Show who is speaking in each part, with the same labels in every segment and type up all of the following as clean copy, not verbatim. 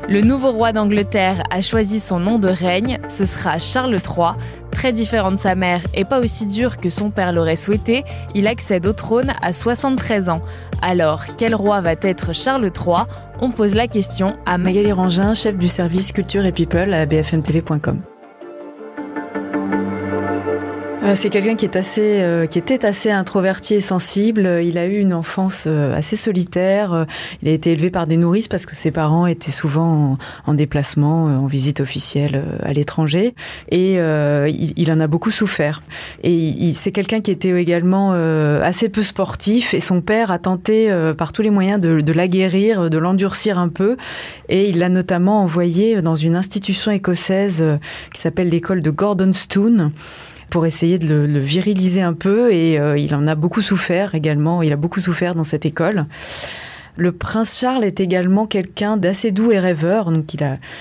Speaker 1: Le nouveau roi d'Angleterre a choisi son nom de règne, ce sera Charles III. Très différent de sa mère et pas aussi dur que son père l'aurait souhaité, il accède au trône à 73 ans. Alors, quel roi va être Charles III ? On pose la question à
Speaker 2: Magali Rangin, chef du service Culture et People à bfmtv.com. C'est quelqu'un qui était assez introverti et sensible. Il a eu une enfance assez solitaire. Il a été élevé par des nourrices parce que ses parents étaient souvent en déplacement, en visite officielle à l'étranger. Et il en a beaucoup souffert. Et c'est quelqu'un qui était également assez peu sportif. Et son père a tenté par tous les moyens de l'aguerrir, de l'endurcir un peu. Et il l'a notamment envoyé dans une institution écossaise qui s'appelle l'école de Gordonstoun, pour essayer de le viriliser un peu, et il en a beaucoup souffert également. Il a beaucoup souffert dans cette école. Le prince Charles est également quelqu'un d'assez doux et rêveur, donc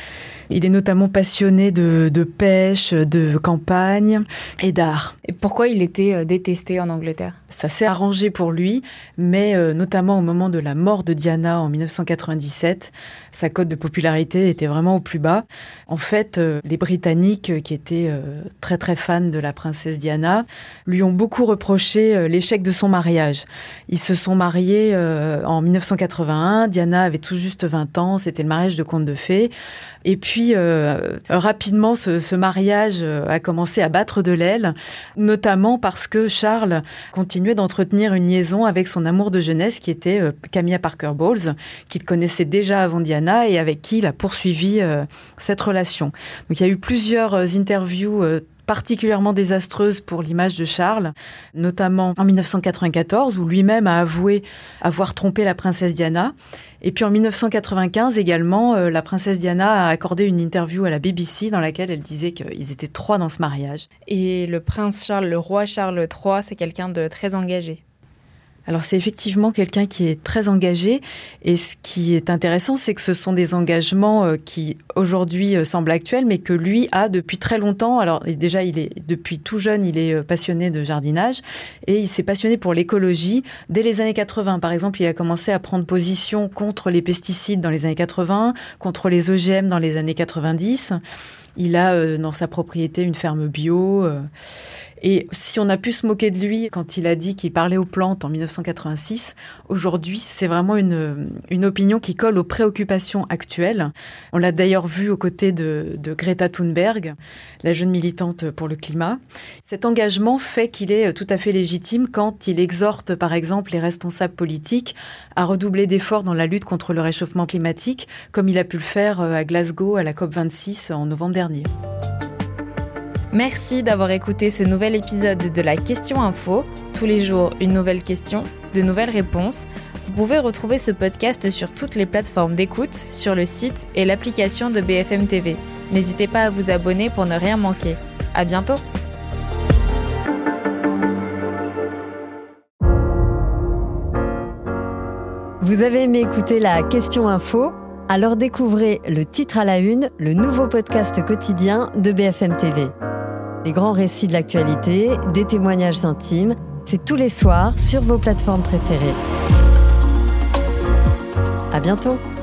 Speaker 2: il est notamment passionné de pêche, de campagne et d'art.
Speaker 1: Et pourquoi il était détesté en Angleterre ?
Speaker 2: Ça s'est arrangé pour lui, mais notamment au moment de la mort de Diana en 1997, sa cote de popularité était vraiment au plus bas. En fait, les Britanniques, qui étaient très très fans de la princesse Diana, lui ont beaucoup reproché l'échec de son mariage. Ils se sont mariés en 1981, Diana avait tout juste 20 ans, c'était le mariage de conte de fées. Et puis, rapidement, ce mariage a commencé à battre de l'aile, notamment parce que Charles continuait d'entretenir une liaison avec son amour de jeunesse qui était Camilla Parker Bowles, qu'il connaissait déjà avant Diana et avec qui il a poursuivi cette relation. Donc il y a eu plusieurs interviews particulièrement désastreuses pour l'image de Charles, notamment en 1994, où lui-même a avoué avoir trompé la princesse Diana. Et puis en 1995 également, la princesse Diana a accordé une interview à la BBC dans laquelle elle disait qu'ils étaient 3 dans ce mariage.
Speaker 1: Et le prince Charles, le roi Charles III, c'est quelqu'un de très engagé.
Speaker 2: Alors c'est effectivement quelqu'un qui est très engagé, et ce qui est intéressant, c'est que ce sont des engagements qui aujourd'hui semblent actuels, mais que lui a depuis très longtemps. Alors déjà, depuis tout jeune, il est passionné de jardinage, et il s'est passionné pour l'écologie dès les années 80. Par exemple, il a commencé à prendre position contre les pesticides dans les années 80, contre les OGM dans les années 90. Il a dans sa propriété une ferme bio. Et si on a pu se moquer de lui quand il a dit qu'il parlait aux plantes en 1986, aujourd'hui, c'est vraiment une opinion qui colle aux préoccupations actuelles. On l'a d'ailleurs vu aux côtés de Greta Thunberg, la jeune militante pour le climat. Cet engagement fait qu'il est tout à fait légitime quand il exhorte, par exemple, les responsables politiques à redoubler d'efforts dans la lutte contre le réchauffement climatique, comme il a pu le faire à Glasgow à la COP26 en novembre dernier.
Speaker 1: Merci d'avoir écouté ce nouvel épisode de la Question Info. Tous les jours, une nouvelle question, de nouvelles réponses. Vous pouvez retrouver ce podcast sur toutes les plateformes d'écoute, sur le site et l'application de BFM TV. N'hésitez pas à vous abonner pour ne rien manquer. À bientôt.
Speaker 3: Vous avez aimé écouter la Question Info ? Alors découvrez le titre à la une, le nouveau podcast quotidien de BFM TV. Les grands récits de l'actualité, des témoignages intimes, c'est tous les soirs sur vos plateformes préférées. À bientôt.